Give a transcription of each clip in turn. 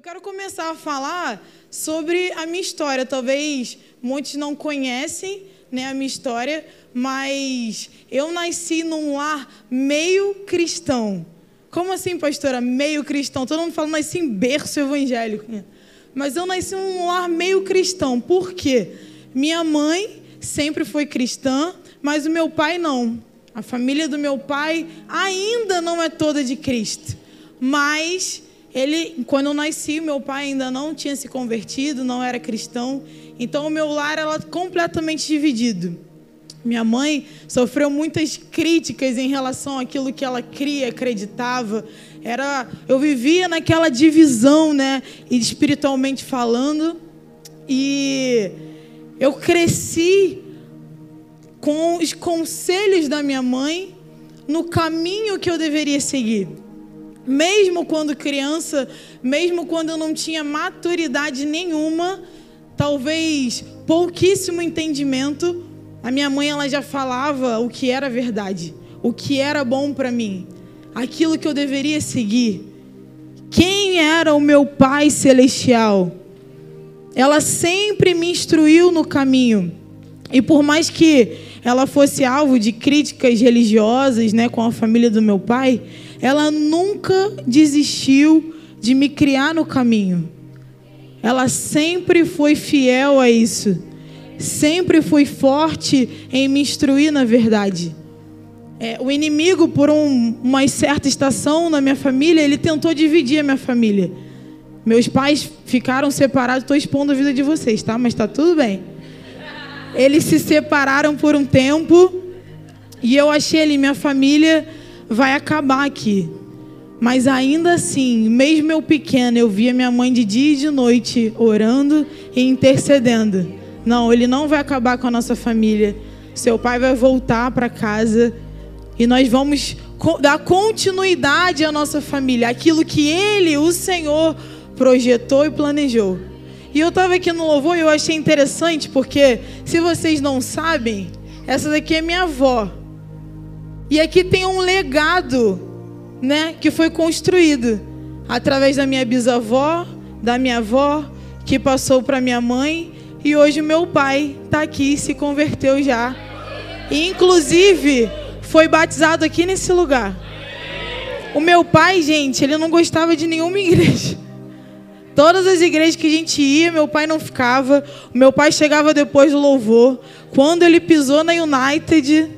quero começar a falar sobre a minha história. Talvez muitos não conhecem, né, a minha história, mas eu nasci num lar meio cristão. Como assim, pastora? Meio cristão? Todo mundo fala, nasci em berço evangélico. Mas eu nasci num lar meio cristão. Por quê? Minha mãe sempre foi cristã, mas o meu pai não. A família do meu pai ainda não é toda de Cristo. Mas quando eu nasci, meu pai ainda não tinha se convertido, não era cristão. Então o meu lar era completamente dividido. Minha mãe sofreu muitas críticas em relação àquilo que ela cria, acreditava. Eu vivia naquela divisão, né, espiritualmente falando. E eu cresci com os conselhos da minha mãe no caminho que eu deveria seguir. Mesmo quando criança, mesmo quando eu não tinha maturidade nenhuma, talvez pouquíssimo entendimento, a minha mãe ela já falava o que era verdade, o que era bom para mim, aquilo que eu deveria seguir. Quem era o meu Pai Celestial? Ela sempre me instruiu no caminho. E por mais que ela fosse alvo de críticas religiosas, né, com a família do meu pai, ela nunca desistiu de me criar no caminho. Ela sempre foi fiel a isso. Sempre foi forte em me instruir na verdade. O inimigo, por uma certa estação na minha família, ele tentou dividir a minha família. Meus pais ficaram separados. Estou expondo a vida de vocês, tá? Mas está tudo bem. Eles se separaram por um tempo e eu achei ali, minha família vai acabar aqui. Mas ainda assim, mesmo eu pequena, eu via minha mãe de dia e de noite orando e intercedendo. Não, ele não vai acabar com a nossa família. Seu pai vai voltar para casa e nós vamos dar continuidade à nossa família, aquilo que ele, o Senhor, projetou e planejou. E eu estava aqui no louvor e eu achei interessante porque, se vocês não sabem, essa daqui é minha avó. E aqui tem um legado, né, que foi construído através da minha bisavó, da minha avó, que passou para minha mãe. E hoje o meu pai está aqui, se converteu já. E, inclusive, foi batizado aqui nesse lugar. O meu pai, gente, ele não gostava de nenhuma igreja. Todas as igrejas que a gente ia, meu pai não ficava. O meu pai chegava depois do louvor. Quando ele pisou na United,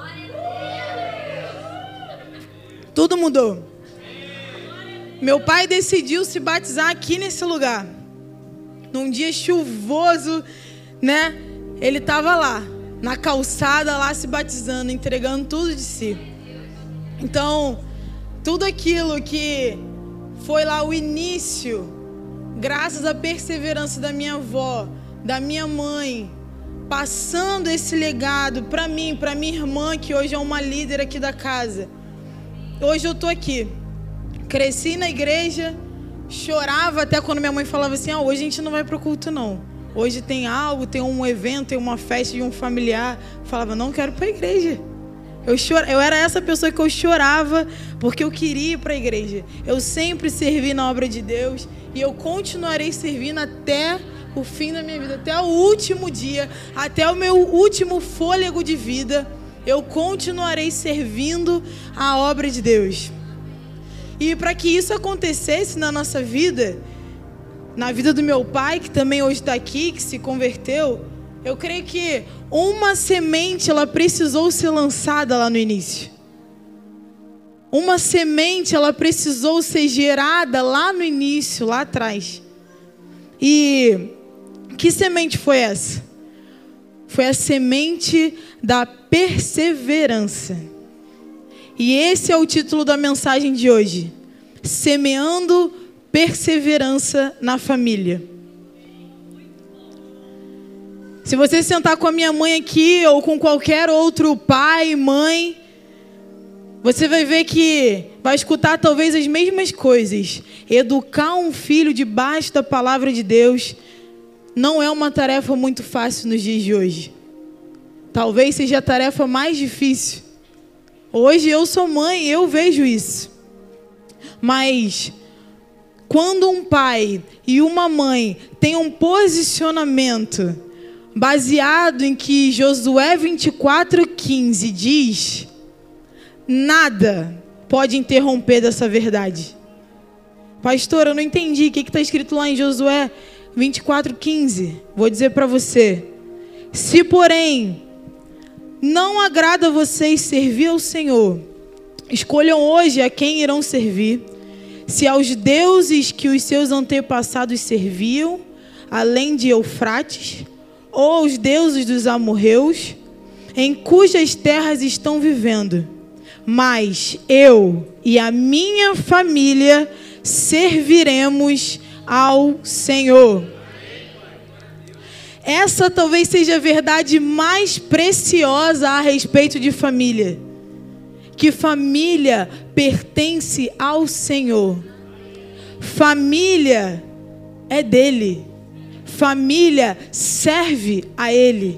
tudo mudou. Meu pai decidiu se batizar aqui nesse lugar. Num dia chuvoso, né? Ele estava lá, na calçada, lá se batizando, entregando tudo de si. Então, tudo aquilo que foi lá o início, graças à perseverança da minha avó, da minha mãe, passando esse legado para mim, para minha irmã, que hoje é uma líder aqui da casa. Hoje eu estou aqui. Cresci na igreja, chorava até quando minha mãe falava assim, hoje a gente não vai para o culto não. Hoje tem algo, tem um evento, tem uma festa de um familiar. Eu falava, não quero para a igreja. Eu era essa pessoa que eu chorava porque eu queria ir para a igreja. Eu sempre servi na obra de Deus e eu continuarei servindo até o fim da minha vida, até o último dia, até o meu último fôlego de vida. Eu continuarei servindo a obra de Deus. E para que isso acontecesse na nossa vida, na vida do meu pai, que também hoje está aqui, que se converteu, eu creio que uma semente, ela precisou ser lançada lá no início. Uma semente, ela precisou ser gerada lá no início, lá atrás. E que semente foi essa? Foi a semente da perseverança. E esse é o título da mensagem de hoje. Semeando perseverança na família. Se você sentar com a minha mãe aqui, ou com qualquer outro pai, mãe, você vai ver que vai escutar talvez as mesmas coisas. Educar um filho debaixo da palavra de Deus não é uma tarefa muito fácil nos dias de hoje. Talvez seja a tarefa mais difícil. Hoje eu sou mãe e eu vejo isso. Mas quando um pai e uma mãe têm um posicionamento baseado em que Josué 24:15 diz, nada pode interromper dessa verdade. Pastor, eu não entendi. O que está escrito lá em Josué 24:15? Vou dizer para você. Se, porém, não agrada a vocês servir ao Senhor, escolham hoje a quem irão servir. Se aos deuses que os seus antepassados serviam, além de Eufrates, ou aos deuses dos amorreus, em cujas terras estão vivendo. Mas eu e a minha família serviremos ao Senhor. Essa talvez seja a verdade mais preciosa a respeito de família. Que família pertence ao Senhor. Família é dele. Família serve a Ele.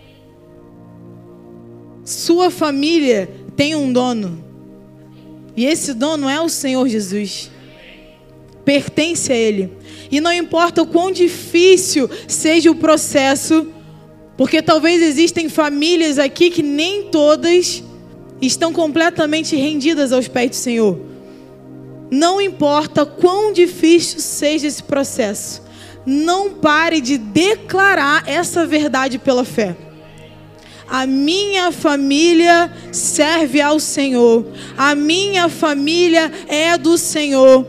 Sua família tem um dono. E esse dono é o Senhor Jesus. Pertence a Ele. E não importa o quão difícil seja o processo, porque talvez existem famílias aqui que nem todas estão completamente rendidas aos pés do Senhor. Não importa quão difícil seja esse processo, não pare de declarar essa verdade pela fé. A minha família serve ao Senhor. A minha família é do Senhor.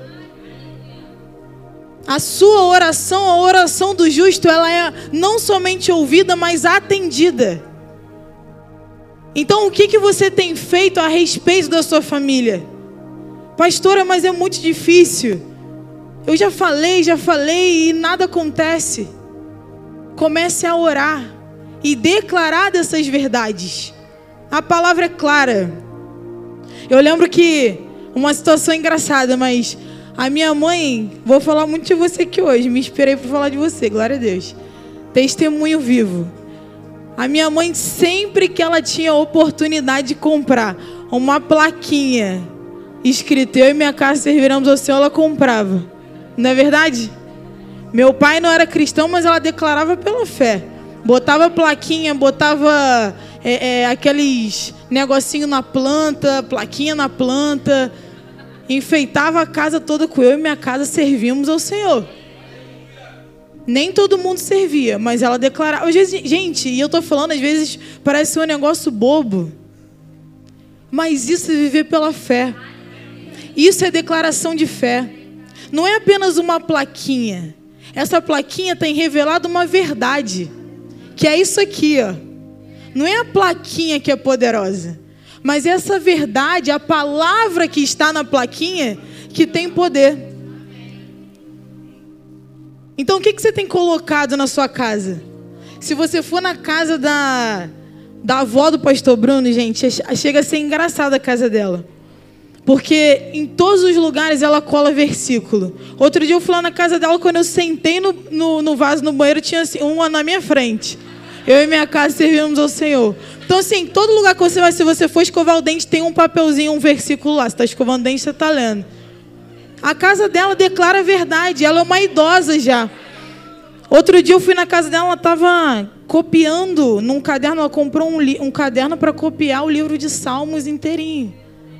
A sua oração, a oração do justo, ela é não somente ouvida, mas atendida. Então, o que você tem feito a respeito da sua família? Pastora, mas é muito difícil. Eu já falei e nada acontece. Comece a orar e declarar dessas verdades. A palavra é clara. Eu lembro que uma situação engraçada, mas a minha mãe, vou falar muito de você aqui hoje, me esperei para falar de você, glória a Deus. Testemunho vivo. A minha mãe, sempre que ela tinha a oportunidade de comprar uma plaquinha escrita, eu e minha casa serviremos ao Senhor, ela comprava. Não é verdade? Meu pai não era cristão, mas ela declarava pela fé. Botava plaquinha, botava aqueles negocinho na planta, plaquinha na planta. Enfeitava a casa toda com eu e minha casa servimos ao Senhor. Nem todo mundo servia, mas ela declarava. Gente, e eu tô falando, às vezes parece ser um negócio bobo. Mas isso é viver pela fé. Isso é declaração de fé. Não é apenas uma plaquinha. Essa plaquinha tem revelado uma verdade. Que é isso aqui, ó. Não é a plaquinha que é poderosa. Mas essa verdade, a palavra que está na plaquinha, que tem poder. Então, o que você tem colocado na sua casa? Se você for na casa da avó do pastor Bruno, gente, chega a ser engraçada a casa dela. Porque em todos os lugares ela cola versículo. Outro dia eu fui lá na casa dela, quando eu sentei no vaso no banheiro, tinha assim, uma na minha frente. Eu e minha casa servimos ao Senhor. Então assim, todo lugar que você vai, se você for escovar o dente, tem um papelzinho, um versículo lá. Você está escovando o dente, você está lendo. A casa dela declara a verdade. Ela é uma idosa já. Outro dia eu fui na casa dela, ela estava copiando num caderno. Ela comprou um caderno para copiar o livro de Salmos inteirinho.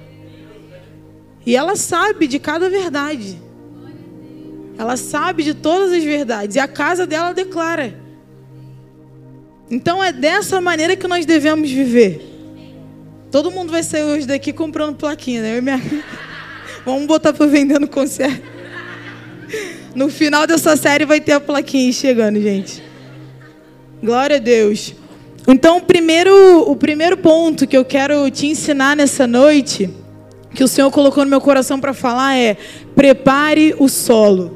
E ela sabe de cada verdade. Ela sabe de todas as verdades. E a casa dela declara. Então é dessa maneira que nós devemos viver. Todo mundo vai sair hoje daqui comprando plaquinha, né? Vamos botar para vender no concerto. No final dessa série vai ter a plaquinha chegando, gente. Glória a Deus. Então o primeiro ponto que eu quero te ensinar nessa noite, que o Senhor colocou no meu coração para falar, é: prepare o solo.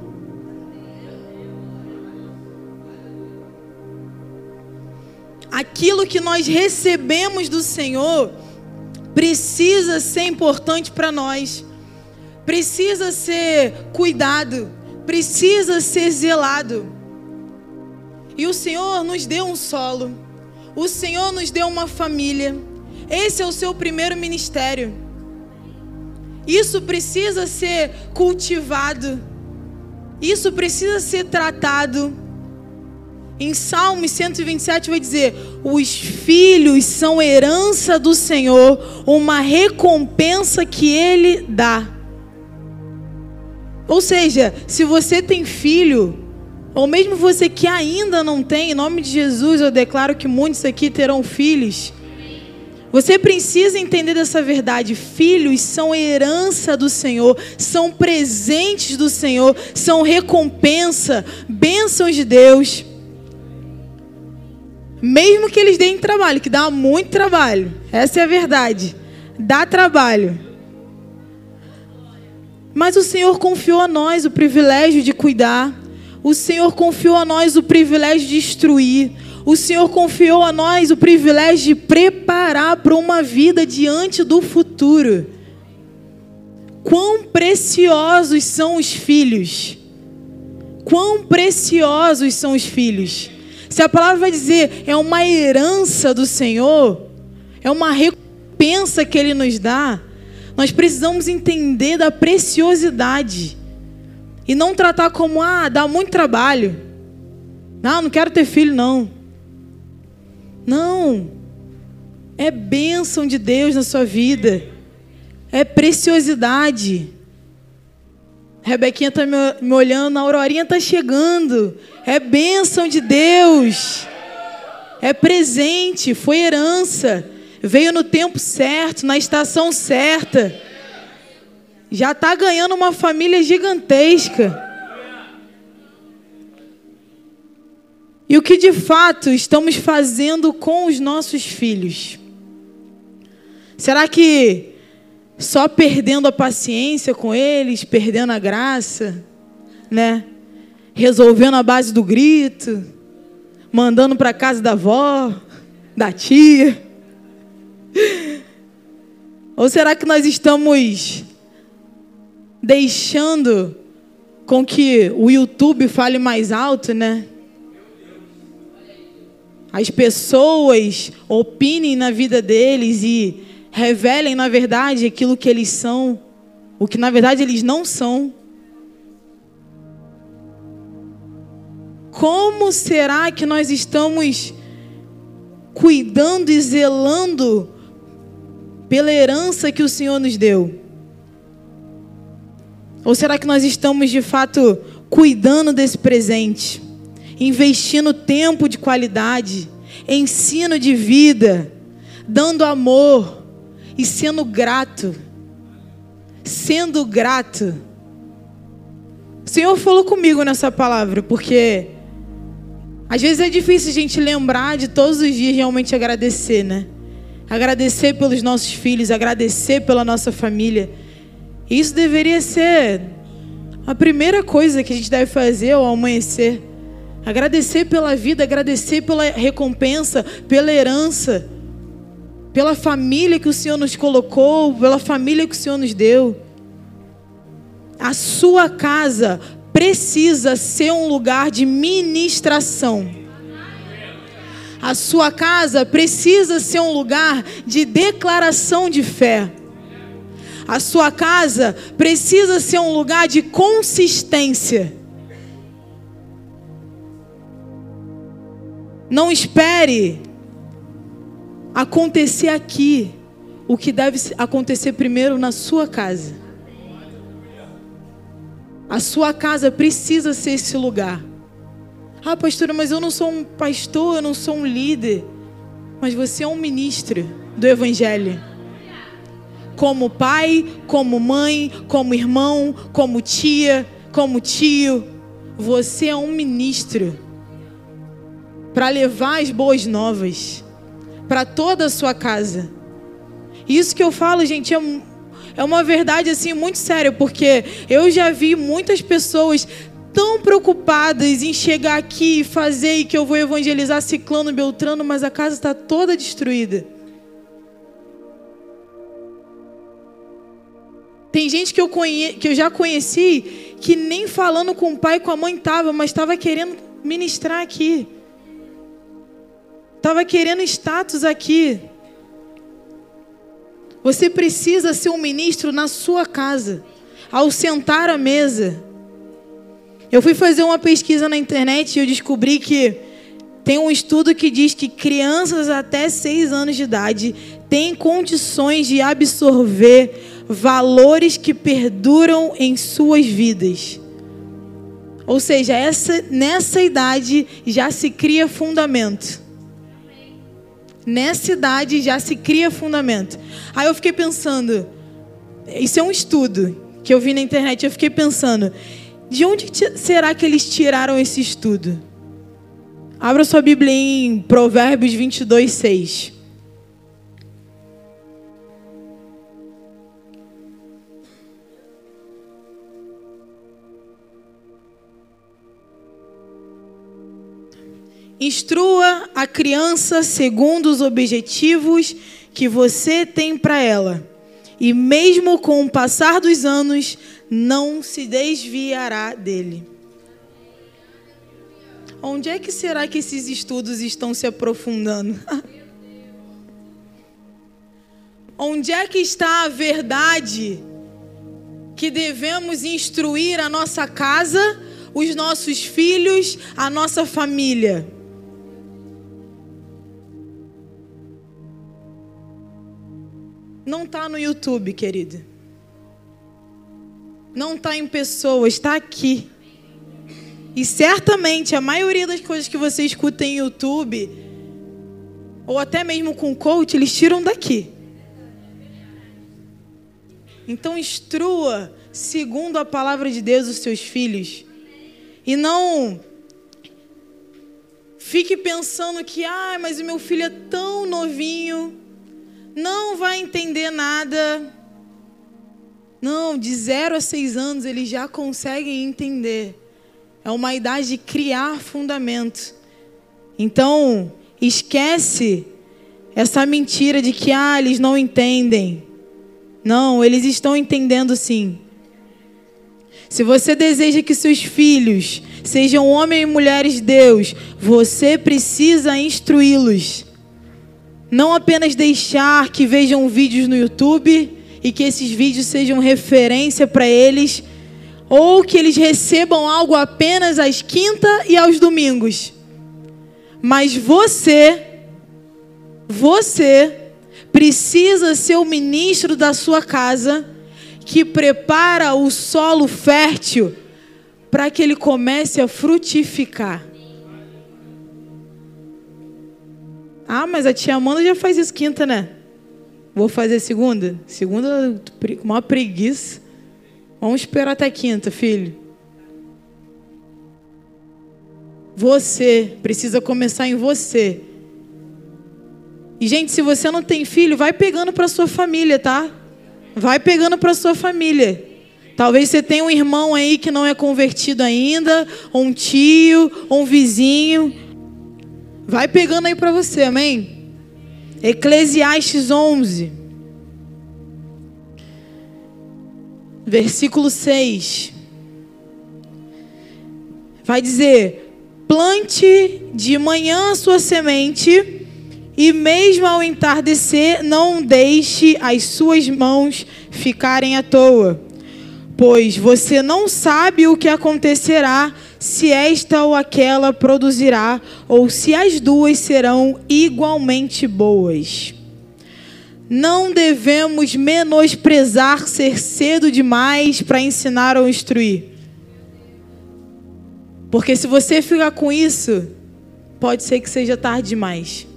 Aquilo que nós recebemos do Senhor precisa ser importante para nós, precisa ser cuidado, precisa ser zelado. E o Senhor nos deu um solo, o Senhor nos deu uma família. Esse é o seu primeiro ministério. Isso precisa ser cultivado. Isso precisa ser tratado. Em Salmos 127 vai dizer: os filhos são herança do Senhor, uma recompensa que Ele dá. Ou seja, se você tem filho, ou mesmo você que ainda não tem, em nome de Jesus eu declaro que muitos aqui terão filhos. Você precisa entender dessa verdade. Filhos são herança do Senhor, são presentes do Senhor, são recompensa, bênçãos de Deus. Mesmo que eles deem trabalho, que dá muito trabalho. Essa é a verdade. Dá trabalho. Mas o Senhor confiou a nós o privilégio de cuidar. O Senhor confiou a nós o privilégio de instruir. O Senhor confiou a nós o privilégio de preparar para uma vida diante do futuro. Quão preciosos são os filhos. Quão preciosos são os filhos. Se a palavra vai dizer é uma herança do Senhor, é uma recompensa que Ele nos dá, nós precisamos entender da preciosidade e não tratar como, dá muito trabalho. Não quero ter filho, não. Não. É bênção de Deus na sua vida. É preciosidade. Rebequinha está me olhando, a Aurorinha está chegando. É bênção de Deus. É presente, foi herança. Veio no tempo certo, na estação certa. Já está ganhando uma família gigantesca. E o que de fato estamos fazendo com os nossos filhos? Será que só perdendo a paciência com eles, perdendo a graça, né? Resolvendo a base do grito, mandando para casa da avó, da tia? Ou será que nós estamos deixando com que o YouTube fale mais alto, né? As pessoas opinem na vida deles e revelem, na verdade, aquilo que eles são, o que, na verdade, eles não são. Como será que nós estamos cuidando e zelando pela herança que o Senhor nos deu? Ou será que nós estamos, de fato, cuidando desse presente? Investindo tempo de qualidade, ensino de vida, dando amor e sendo grato. Sendo grato. O Senhor falou comigo nessa palavra, porque às vezes é difícil a gente lembrar de todos os dias realmente agradecer, né? Agradecer pelos nossos filhos, agradecer pela nossa família. Isso deveria ser a primeira coisa que a gente deve fazer ao amanhecer. Agradecer pela vida, agradecer pela recompensa, pela herança, pela família que o Senhor nos colocou, pela família que o Senhor nos deu. A sua casa precisa ser um lugar de ministração. A sua casa precisa ser um lugar de declaração de fé. A sua casa precisa ser um lugar de consistência. Não espere acontecer aqui o que deve acontecer primeiro na sua casa. A sua casa precisa ser esse lugar. Pastora, mas eu não sou um pastor, eu não sou um líder. Mas você é um ministro do Evangelho. Como pai, como mãe, como irmão, como tia, como tio. Você é um ministro para levar as boas novas para toda a sua casa. Isso que eu falo, gente, é uma verdade assim muito séria, porque eu já vi muitas pessoas tão preocupadas em chegar aqui e fazer e que eu vou evangelizar ciclano, beltrano, mas a casa está toda destruída. Tem gente que eu já conheci que nem falando com o pai e com a mãe estava, mas estava querendo ministrar aqui. Estava querendo status aqui. Você precisa ser um ministro na sua casa, ao sentar à mesa. Eu fui fazer uma pesquisa na internet e eu descobri que tem um estudo que diz que crianças até 6 anos de idade têm condições de absorver valores que perduram em suas vidas. Ou seja, nessa idade já se cria fundamento. Nessa idade já se cria fundamento. Aí eu fiquei pensando, isso é um estudo que eu vi na internet, eu fiquei pensando, de onde será que eles tiraram esse estudo? Abra sua Bíblia em Provérbios 22, 6. Instrua a criança segundo os objetivos que você tem para ela. E mesmo com o passar dos anos, não se desviará dele. Onde é que será que esses estudos estão se aprofundando? Onde é que está a verdade que devemos instruir a nossa casa, os nossos filhos, a nossa família? Não está no YouTube, querido. Não está em pessoas, está aqui. E certamente a maioria das coisas que você escuta em YouTube, ou até mesmo com coach, eles tiram daqui. Então instrua segundo a palavra de Deus os seus filhos. E não fique pensando que, mas o meu filho é tão novinho, não vai entender nada. Não, de 0 a 6 anos eles já conseguem entender. É uma idade de criar fundamento. Então, esquece essa mentira de que eles não entendem. Não, eles estão entendendo sim. Se você deseja que seus filhos sejam homens e mulheres de Deus, você precisa instruí-los. Não apenas deixar que vejam vídeos no YouTube e que esses vídeos sejam referência para eles, ou que eles recebam algo apenas às quintas e aos domingos. Mas você precisa ser o ministro da sua casa que prepara o solo fértil para que ele comece a frutificar. Mas a tia Amanda já faz isso quinta, né? Vou fazer segunda? Segunda, com uma preguiça. Vamos esperar até quinta, filho. Você precisa começar em você. E, gente, se você não tem filho, vai pegando para sua família, tá? Vai pegando para sua família. Talvez você tenha um irmão aí que não é convertido ainda, ou um tio, ou um vizinho. Vai pegando aí para você, amém? Eclesiastes 11. Versículo 6. Vai dizer: plante de manhã a sua semente, e mesmo ao entardecer não deixe as suas mãos ficarem à toa, pois você não sabe o que acontecerá, se esta ou aquela produzirá, ou se as duas serão igualmente boas. Não devemos menosprezar ser cedo demais para ensinar ou instruir. Porque se você ficar com isso, pode ser que seja tarde demais.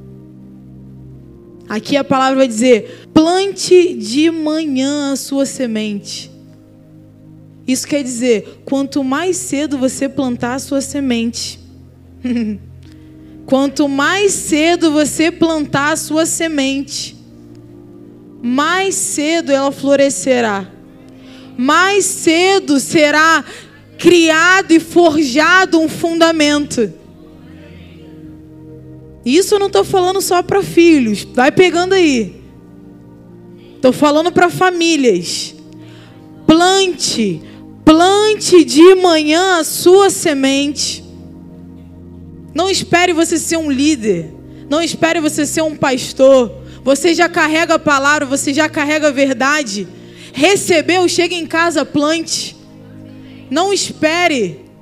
Aqui a palavra vai dizer: plante de manhã a sua semente. Isso quer dizer, quanto mais cedo você plantar a sua semente, quanto mais cedo você plantar a sua semente, mais cedo ela florescerá. Mais cedo será criado e forjado um fundamento. Isso eu não estou falando só para filhos. Vai pegando aí. Estou falando para famílias. Plante de manhã a sua semente. Não espere você ser um líder. Não espere você ser um pastor. Você já carrega a palavra, você já carrega a verdade. Recebeu, chega em casa, plante. Não espere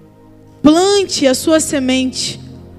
Plante a sua semente.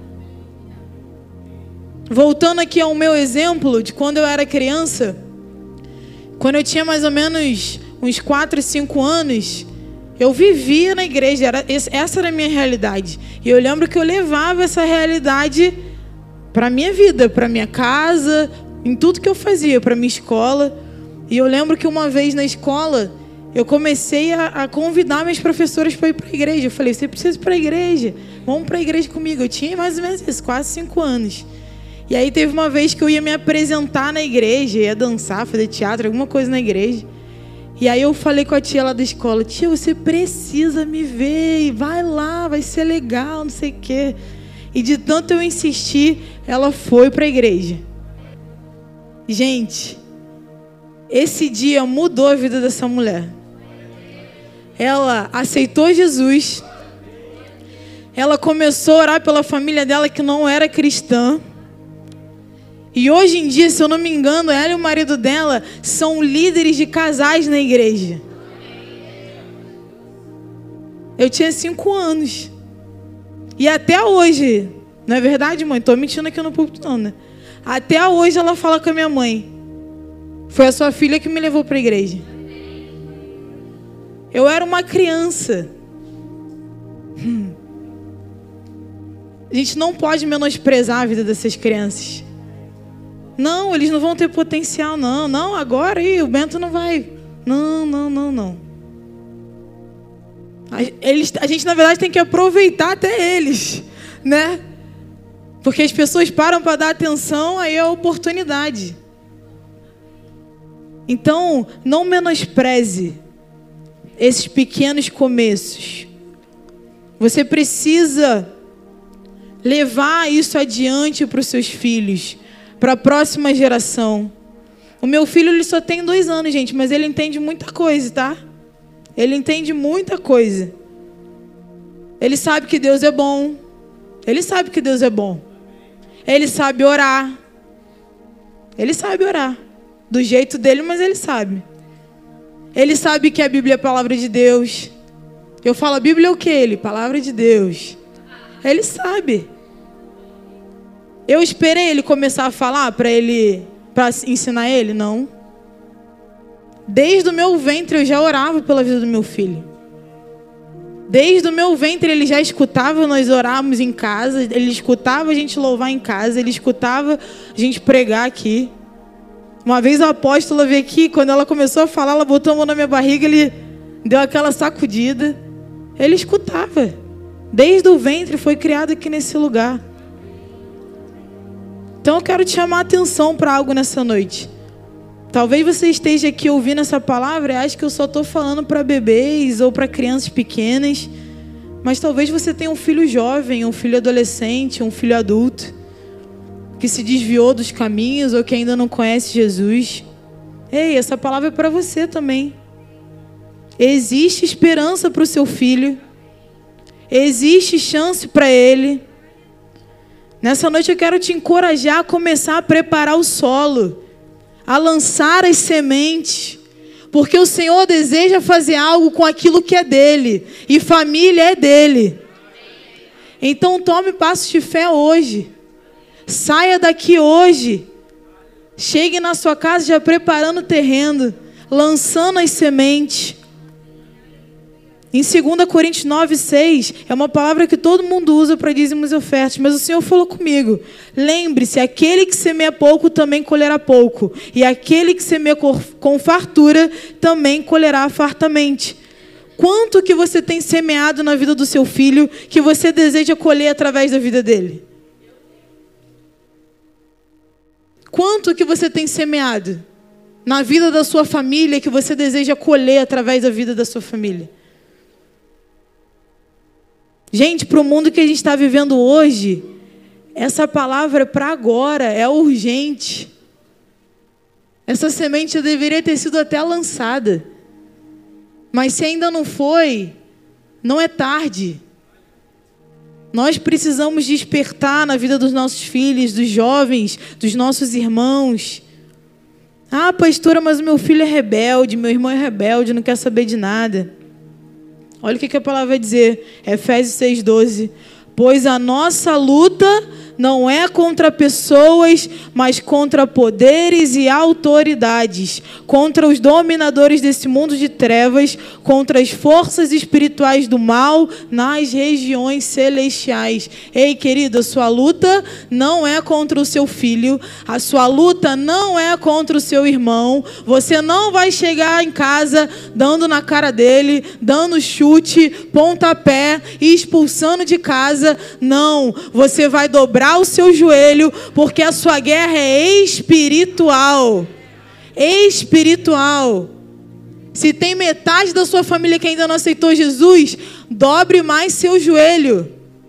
Voltando aqui ao meu exemplo de quando eu era criança, quando eu tinha mais ou menos uns 4, 5 anos, eu vivia na igreja, essa era a minha realidade. E eu lembro que eu levava essa realidade para a minha vida, para a minha casa, em tudo que eu fazia, para a minha escola. E eu lembro que uma vez na escola, eu comecei a convidar minhas professoras para ir para a igreja. Eu falei, você precisa ir para a igreja, vamos para a igreja comigo. Eu tinha mais ou menos isso, quase 5 anos. E aí teve uma vez que eu ia me apresentar na igreja, ia dançar, fazer teatro, alguma coisa na igreja. E aí eu falei com a tia lá da escola, tia, você precisa me ver, vai lá, vai ser legal, não sei o quê. E de tanto eu insistir, ela foi para a igreja. Gente, esse dia mudou a vida dessa mulher. Ela aceitou Jesus. Ela começou a orar pela família dela que não era cristã. E hoje em dia, se eu não me engano, ela e o marido dela são líderes de casais na igreja. Eu tinha 5 anos. E até hoje, não é verdade, mãe? Estou mentindo aqui no púlpito não, né? Até hoje ela fala com a minha mãe. Foi a sua filha que me levou para a igreja. Eu era uma criança. A gente não pode menosprezar a vida dessas crianças. Não, eles não vão ter potencial, não. Não, agora aí, o Bento não vai. Não. A gente, na verdade, tem que aproveitar até eles, né? Porque as pessoas param para dar atenção, aí é a oportunidade. Então, não menospreze esses pequenos começos. Você precisa levar isso adiante para os seus filhos, para a próxima geração. O meu filho, ele só tem 2 anos, gente, mas ele entende muita coisa, tá? Ele entende muita coisa. Ele sabe que Deus é bom. Ele sabe que Deus é bom. Ele sabe orar. Ele sabe orar. Do jeito dele, mas ele sabe. Ele sabe que a Bíblia é a palavra de Deus. Eu falo, a Bíblia é o que? Ele? Palavra de Deus. Ele sabe. Eu esperei ele começar a falar para ensinar ele? Não. Desde o meu ventre eu já orava pela vida do meu filho. Desde o meu ventre ele já escutava nós orarmos em casa. Ele escutava a gente louvar em casa. Ele escutava a gente pregar aqui. Uma vez a apóstola veio aqui, quando ela começou a falar, ela botou a mão na minha barriga, ele deu aquela sacudida. Ele escutava. Desde o ventre foi criado aqui nesse lugar. Então eu quero te chamar a atenção para algo nessa noite. Talvez você esteja aqui ouvindo essa palavra e ache que eu só estou falando para bebês ou para crianças pequenas. Mas talvez você tenha um filho jovem, um filho adolescente, um filho adulto, que se desviou dos caminhos ou que ainda não conhece Jesus. Ei, essa palavra é para você também. Existe esperança para o seu filho. Existe chance para ele. Nessa noite eu quero te encorajar a começar a preparar o solo, a lançar as sementes, porque o Senhor deseja fazer algo com aquilo que é dele, e família é dele. Então tome passos de fé hoje. Saia daqui hoje. Chegue na sua casa já preparando o terreno, lançando as sementes. Em 2 Coríntios 9:6, é uma palavra que todo mundo usa para dízimos e ofertas, mas o Senhor falou comigo: lembre-se, aquele que semeia pouco também colherá pouco, e aquele que semeia com fartura também colherá fartamente. Quanto que você tem semeado na vida do seu filho que você deseja colher através da vida dele? Quanto que você tem semeado na vida da sua família que você deseja colher através da vida da sua família? Gente, para o mundo que a gente está vivendo hoje, essa palavra é para agora, é urgente. Essa semente deveria ter sido até lançada. Mas se ainda não foi, não é tarde. Nós precisamos despertar na vida dos nossos filhos, dos jovens, dos nossos irmãos. Ah, pastora, mas o meu filho é rebelde, meu irmão é rebelde, não quer saber de nada. Olha o que a palavra vai dizer. Efésios 6:12. Pois a nossa luta não é contra pessoas, mas contra poderes e autoridades, contra os dominadores desse mundo de trevas, contra as forças espirituais do mal nas regiões celestiais. Ei, querido, a sua luta não é contra o seu filho, a sua luta não é contra o seu irmão. Você não vai chegar em casa dando na cara dele, dando chute, pontapé e expulsando de casa. Não, você vai dobrar o seu joelho, porque a sua guerra é espiritual. Espiritual. Se tem metade da sua família que ainda não aceitou Jesus, dobre mais seu joelho.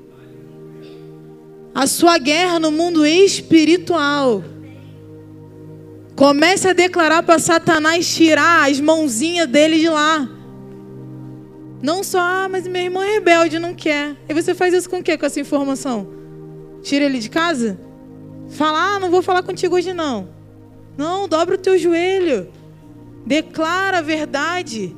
A sua guerra no mundo espiritual. Comece a declarar para Satanás tirar as mãozinhas dele de lá. Não só, mas meu irmão é rebelde, não quer. E você faz isso com o quê, com essa informação? Tira ele de casa? Fala, não vou falar contigo hoje não. Não, dobra o teu joelho. Declara a verdade.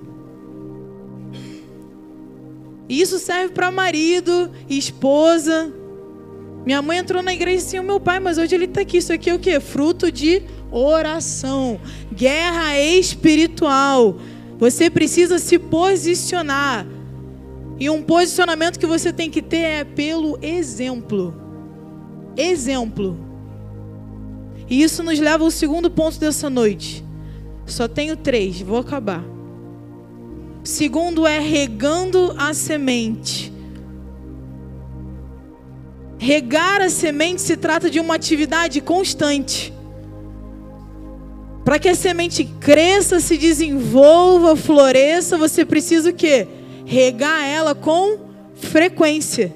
Isso serve para marido, esposa. Minha mãe entrou na igreja sem o meu pai, mas hoje ele está aqui. Isso aqui é o quê? Fruto de oração. Guerra espiritual. Você precisa se posicionar. E um posicionamento que você tem que ter é pelo exemplo. Exemplo. E isso nos leva ao segundo ponto dessa noite. Só tenho 3, vou acabar. O segundo é regando a semente. Regar a semente se trata de uma atividade constante. Para que a semente cresça, se desenvolva, floresça, você precisa o quê? Regar ela com frequência.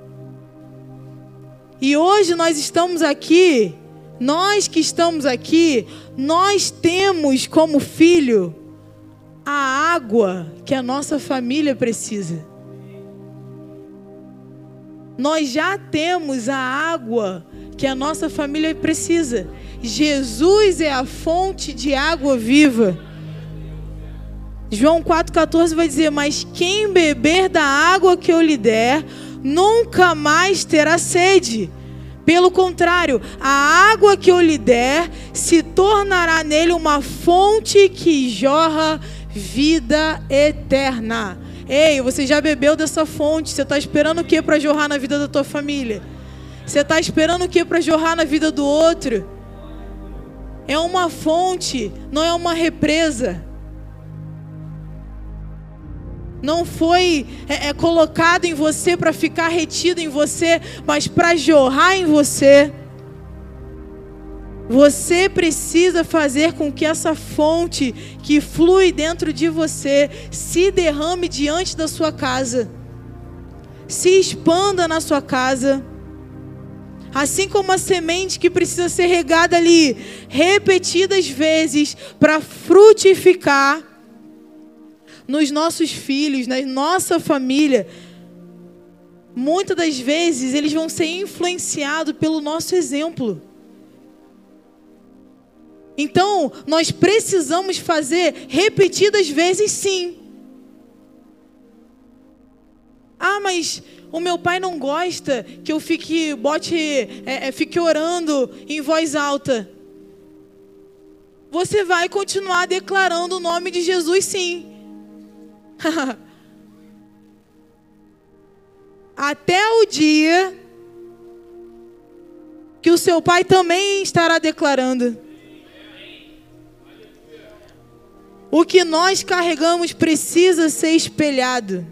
E hoje nós estamos aqui, nós que estamos aqui, nós temos como filho a água que a nossa família precisa. Nós já temos a água que a nossa família precisa. Jesus é a fonte de água viva. João 4,14 vai dizer: mas quem beber da água que eu lhe der, nunca mais terá sede. Pelo contrário, a água que eu lhe der se tornará nele uma fonte que jorra vida eterna. Ei, você já bebeu dessa fonte? Você está esperando o que para jorrar na vida da tua família? Você está esperando o que para jorrar na vida do outro? É uma fonte, não é uma represa. Não foi colocado em você para ficar retido em você, mas para jorrar em você. Você precisa fazer com que essa fonte que flui dentro de você se derrame diante da sua casa, se expanda na sua casa. Assim como a semente que precisa ser regada ali repetidas vezes para frutificar nos nossos filhos, na nossa família, muitas das vezes eles vão ser influenciados pelo nosso exemplo. Então, nós precisamos fazer repetidas vezes, sim. Ah, mas o meu pai não gosta que eu fique orando em voz alta. Você vai continuar declarando o nome de Jesus, sim. Até o dia que o seu pai também estará declarando. O que nós carregamos precisa ser espelhado.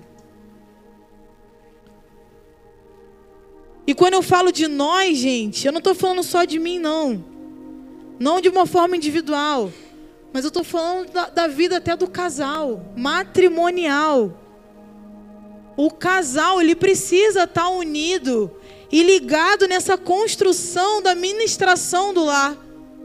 E quando eu falo de nós, gente, eu não estou falando só de mim, não. Não de uma forma individual. Mas eu estou falando da vida até do casal, matrimonial. O casal, ele precisa estar unido e ligado nessa construção da ministração do lar.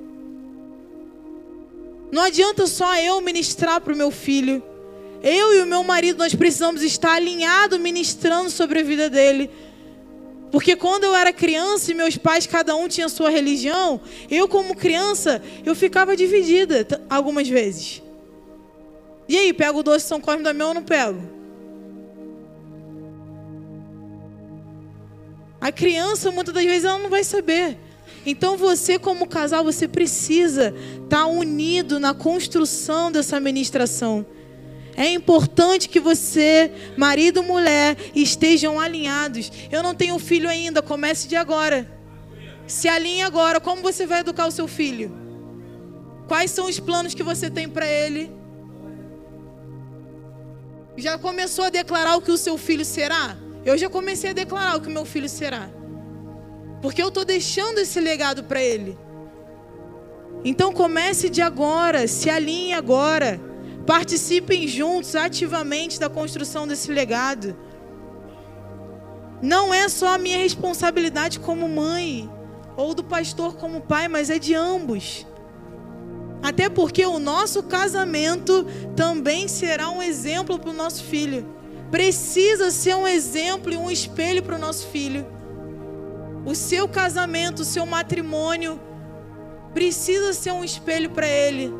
Não adianta só eu ministrar para o meu filho. Eu e o meu marido, nós precisamos estar alinhados ministrando sobre a vida dele. Porque quando eu era criança e meus pais, cada um tinha sua religião, eu como criança, eu ficava dividida algumas vezes. E aí, pego o doce São Cosme da Damião ou não pego? A criança, muitas das vezes, ela não vai saber. Então você, como casal, você precisa estar unido na construção dessa ministração. É importante que você, marido e mulher, estejam alinhados. Eu não tenho filho ainda, comece de agora. Se alinhe agora. Como você vai educar o seu filho? Quais são os planos que você tem para ele? Já começou a declarar o que o seu filho será? Eu já comecei a declarar o que o meu filho será. Porque eu estou deixando esse legado para ele. Então comece de agora, se alinhe agora. Participem juntos, ativamente, da construção desse legado. Não é só a minha responsabilidade como mãe, ou do pastor como pai, mas é de ambos. Até porque o nosso casamento também será um exemplo para o nosso filho. Precisa ser um exemplo e um espelho para o nosso filho. O seu casamento, o seu matrimônio, precisa ser um espelho para ele.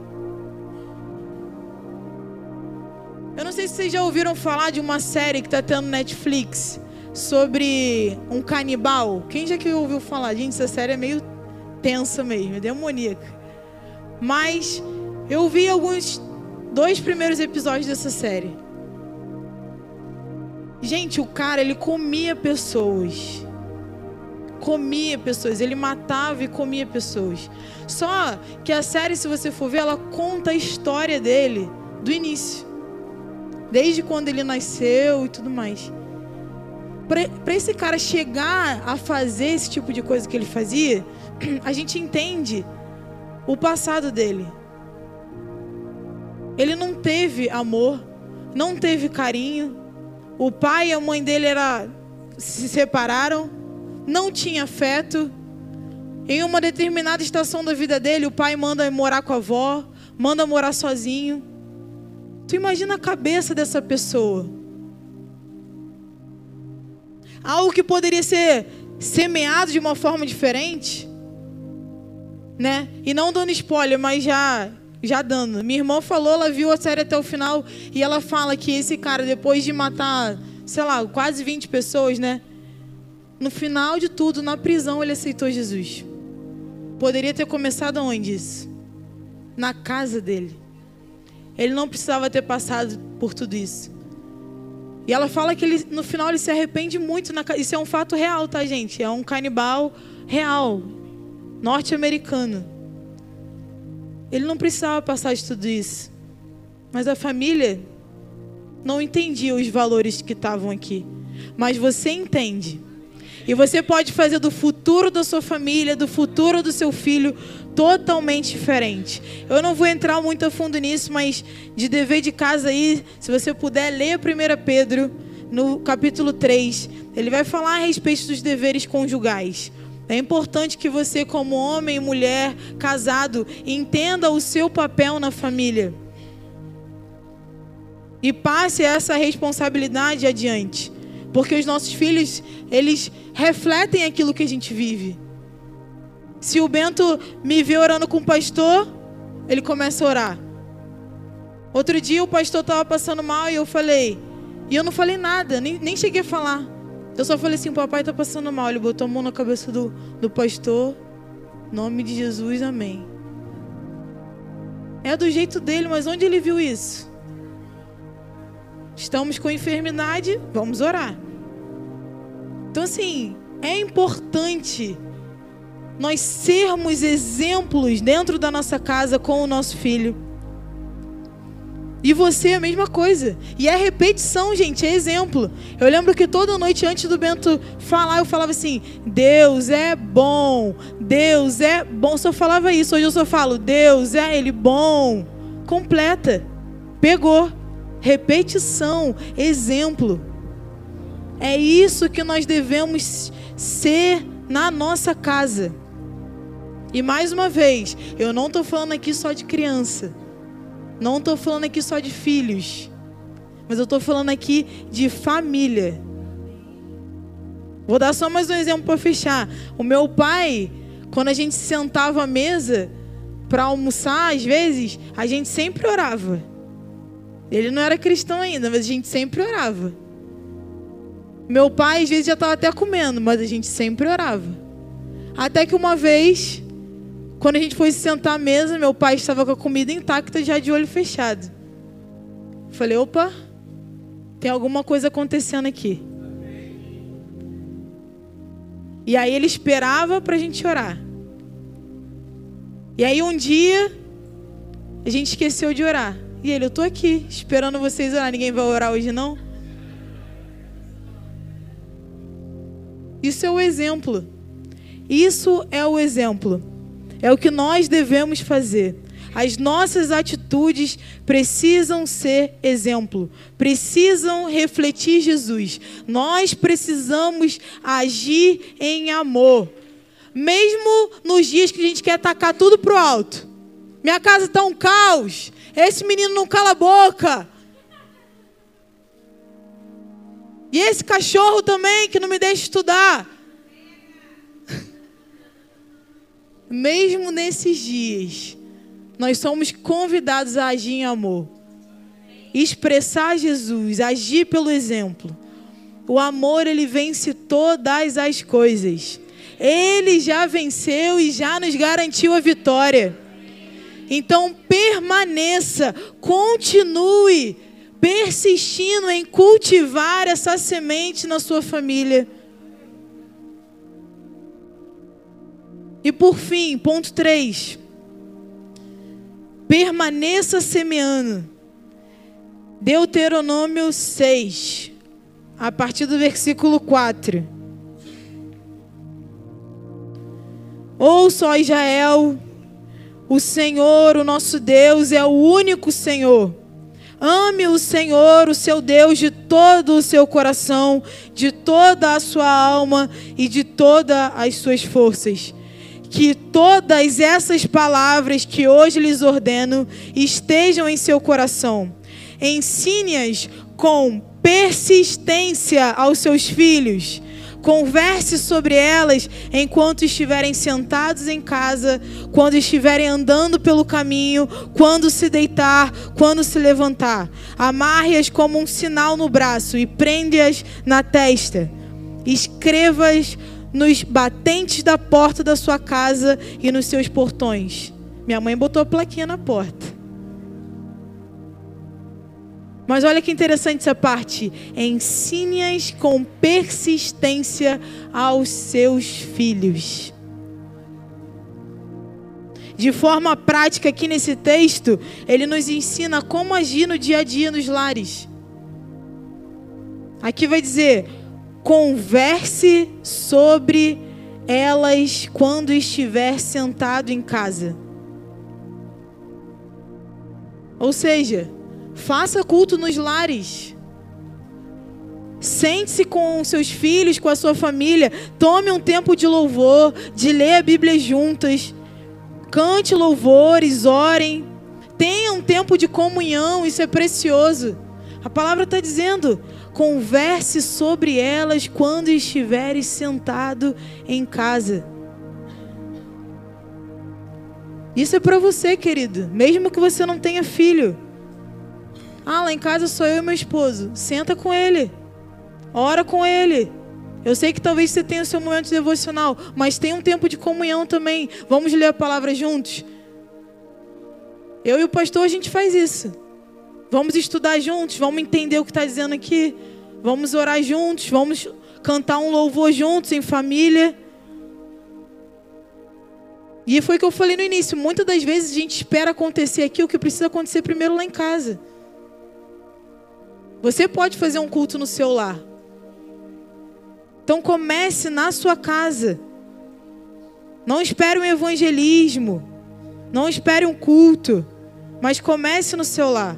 Eu não sei se vocês já ouviram falar de uma série que está tendo no Netflix sobre um canibal. Quem já que ouviu falar? Gente, essa série é meio tensa mesmo, é demoníaca. Mas eu vi dois primeiros episódios dessa série. Gente, o cara, ele comia pessoas. Ele matava e comia pessoas. Só que a série, se você for ver, ela conta a história dele do início. Desde quando ele nasceu e tudo mais. Para esse cara chegar a fazer esse tipo de coisa que ele fazia, a gente entende o passado dele. Ele não teve amor, não teve carinho. O pai e a mãe dele se separaram, não tinha afeto. Em uma determinada estação da vida dele, o pai manda morar com a avó, manda morar sozinho. Tu imagina a cabeça dessa pessoa. Algo que poderia ser semeado de uma forma diferente, né? E não dando spoiler, mas já dando. Minha irmã falou, ela viu a série até o final, e ela fala que esse cara, depois de matar, sei lá, quase 20 pessoas, né? No final de tudo, na prisão, ele aceitou Jesus. Poderia ter começado onde isso? Na casa dele. Ele não precisava ter passado por tudo isso. E ela fala que no final ele se arrepende muito. Isso é um fato real, tá, gente? É um canibal real, norte-americano. Ele não precisava passar de tudo isso. Mas a família não entendia os valores que estavam aqui. Mas você entende. E você pode fazer do futuro da sua família, do futuro do seu filho, totalmente diferente. Eu não vou entrar muito a fundo nisso, mas de dever de casa aí, se você puder, leia 1 Pedro, no capítulo 3. Ele vai falar a respeito dos deveres conjugais. É importante que você, como homem e mulher, casado, entenda o seu papel na família. E passe essa responsabilidade adiante. Porque os nossos filhos, eles refletem aquilo que a gente vive. Se o Bento me vê orando com o pastor, ele começa a orar. Outro dia o pastor estava passando mal e eu falei... E eu não falei nada, nem cheguei a falar. Eu só falei assim, papai está passando mal. Ele botou a mão na cabeça do pastor. Em nome de Jesus, amém. É do jeito dele, mas onde ele viu isso? Estamos com enfermidade, vamos orar. Então assim, é importante nós sermos exemplos dentro da nossa casa com o nosso filho. E você a mesma coisa. E é repetição, gente, é exemplo. Eu lembro que toda noite antes do Bento falar, eu falava assim, Deus é bom, Deus é bom. Eu só falava isso, hoje eu só falo, Deus é Ele bom. Completa, pegou. Repetição, exemplo. É isso que nós devemos ser na nossa casa. E mais uma vez, eu não estou falando aqui só de criança. Não estou falando aqui só de filhos. Mas eu estou falando aqui de família. Vou dar só mais um exemplo para fechar. O meu pai, quando a gente sentava à mesa para almoçar, às vezes, a gente sempre orava. Ele não era cristão ainda, mas a gente sempre orava. Meu pai às vezes já estava até comendo, mas a gente sempre orava. Até que uma vez, quando a gente foi se sentar à mesa, meu pai estava com a comida intacta, já de olho fechado. Falei, opa, tem alguma coisa acontecendo aqui. E aí ele esperava para a gente orar. E aí um dia, a gente esqueceu de orar. E ele, eu estou aqui, esperando vocês orar. Ninguém vai orar hoje, não? Isso é o exemplo. Isso é o exemplo. É o que nós devemos fazer. As nossas atitudes precisam ser exemplo. Precisam refletir Jesus. Nós precisamos agir em amor. Mesmo nos dias que a gente quer tacar tudo pro alto. Minha casa está um caos. Esse menino não cala a boca. E esse cachorro também que não me deixa estudar. Mesmo nesses dias, nós somos convidados a agir em amor. Expressar Jesus, agir pelo exemplo. O amor, ele vence todas as coisas. Ele já venceu e já nos garantiu a vitória. Então permaneça, continue persistindo em cultivar essa semente na sua família. E por fim, ponto 3. Permaneça semeando. Deuteronômio 6, a partir do versículo 4. Ouça, ó Israel, o Senhor, o nosso Deus, é o único Senhor. Ame o Senhor, o seu Deus, de todo o seu coração, de toda a sua alma e de todas as suas forças. Que todas essas palavras que hoje lhes ordeno estejam em seu coração. Ensine-as com persistência aos seus filhos. Converse sobre elas enquanto estiverem sentados em casa, quando estiverem andando pelo caminho, quando se deitar, quando se levantar. Amarre-as como um sinal no braço e prende-as na testa. Escreva-as nos batentes da porta da sua casa e nos seus portões. Minha mãe botou a plaquinha na porta. Mas olha que interessante essa parte. Ensine-as com persistência aos seus filhos. De forma prática, aqui nesse texto, ele nos ensina como agir no dia a dia nos lares. Aqui vai dizer: converse sobre elas quando estiver sentado em casa. Ou seja, faça culto nos lares. Sente-se com seus filhos, com a sua família. Tome um tempo de louvor, de ler a Bíblia juntas. Cante louvores, orem. Tenha um tempo de comunhão, isso é precioso. A palavra está dizendo: converse sobre elas quando estiveres sentado em casa. Isso é para você, querido. Mesmo que você não tenha filho. Ah, lá em casa sou eu e meu esposo. Senta com ele. Ora com ele. Eu sei que talvez você tenha o seu momento devocional, mas tem um tempo de comunhão também. Vamos ler a palavra juntos? Eu e o pastor, a gente faz isso. Vamos estudar juntos, vamos entender o que está dizendo aqui. Vamos orar juntos, vamos cantar um louvor juntos, em família. E foi o que eu falei no início. Muitas das vezes a gente espera acontecer aqui o que precisa acontecer primeiro lá em casa. Você pode fazer um culto no seu lar. Então comece na sua casa. Não espere um evangelismo. Não espere um culto. Mas comece no seu lar.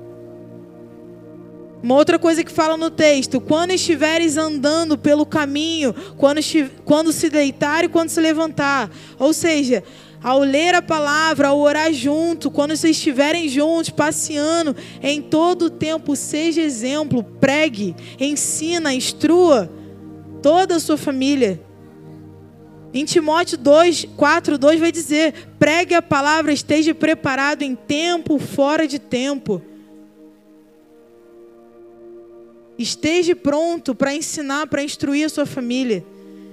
Uma outra coisa que fala no texto: quando estiveres andando pelo caminho, quando se deitar e quando se levantar. Ou seja, ao ler a palavra, ao orar junto, quando vocês estiverem juntos, passeando, em todo o tempo, seja exemplo, pregue, ensina, instrua toda a sua família. Em Timóteo 4:2 vai dizer: pregue a palavra, esteja preparado em tempo, fora de tempo. Esteja pronto para ensinar, para instruir a sua família.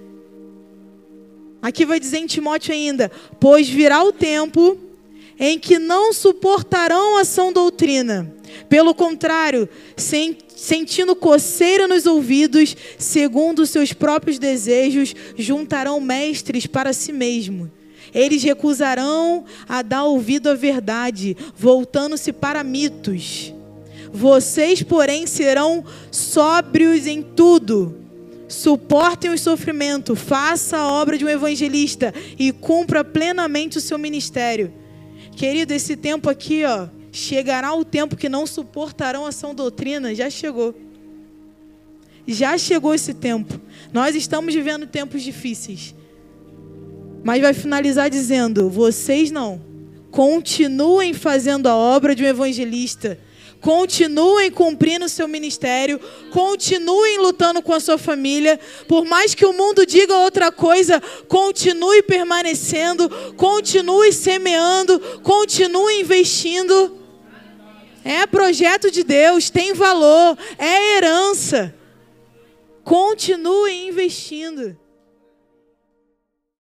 Aqui vai dizer em Timóteo ainda: pois virá o tempo em que não suportarão a sã doutrina. Pelo contrário, sentindo coceira nos ouvidos, segundo os seus próprios desejos, juntarão mestres para si mesmo. Eles recusarão a dar ouvido à verdade, voltando-se para mitos. Vocês, porém, serão sóbrios em tudo. Suportem o sofrimento, faça a obra de um evangelista e cumpra plenamente o seu ministério. Querido, esse tempo aqui, chegará o tempo que não suportarão a sã doutrina. Já chegou. Já chegou esse tempo. Nós estamos vivendo tempos difíceis. Mas vai finalizar dizendo: vocês não. Continuem fazendo a obra de um evangelista. Continuem cumprindo o seu ministério. Continuem lutando com a sua família. Por mais que o mundo diga outra coisa, continue permanecendo. Continue semeando. Continue investindo. É projeto de Deus, tem valor, é herança. Continue investindo.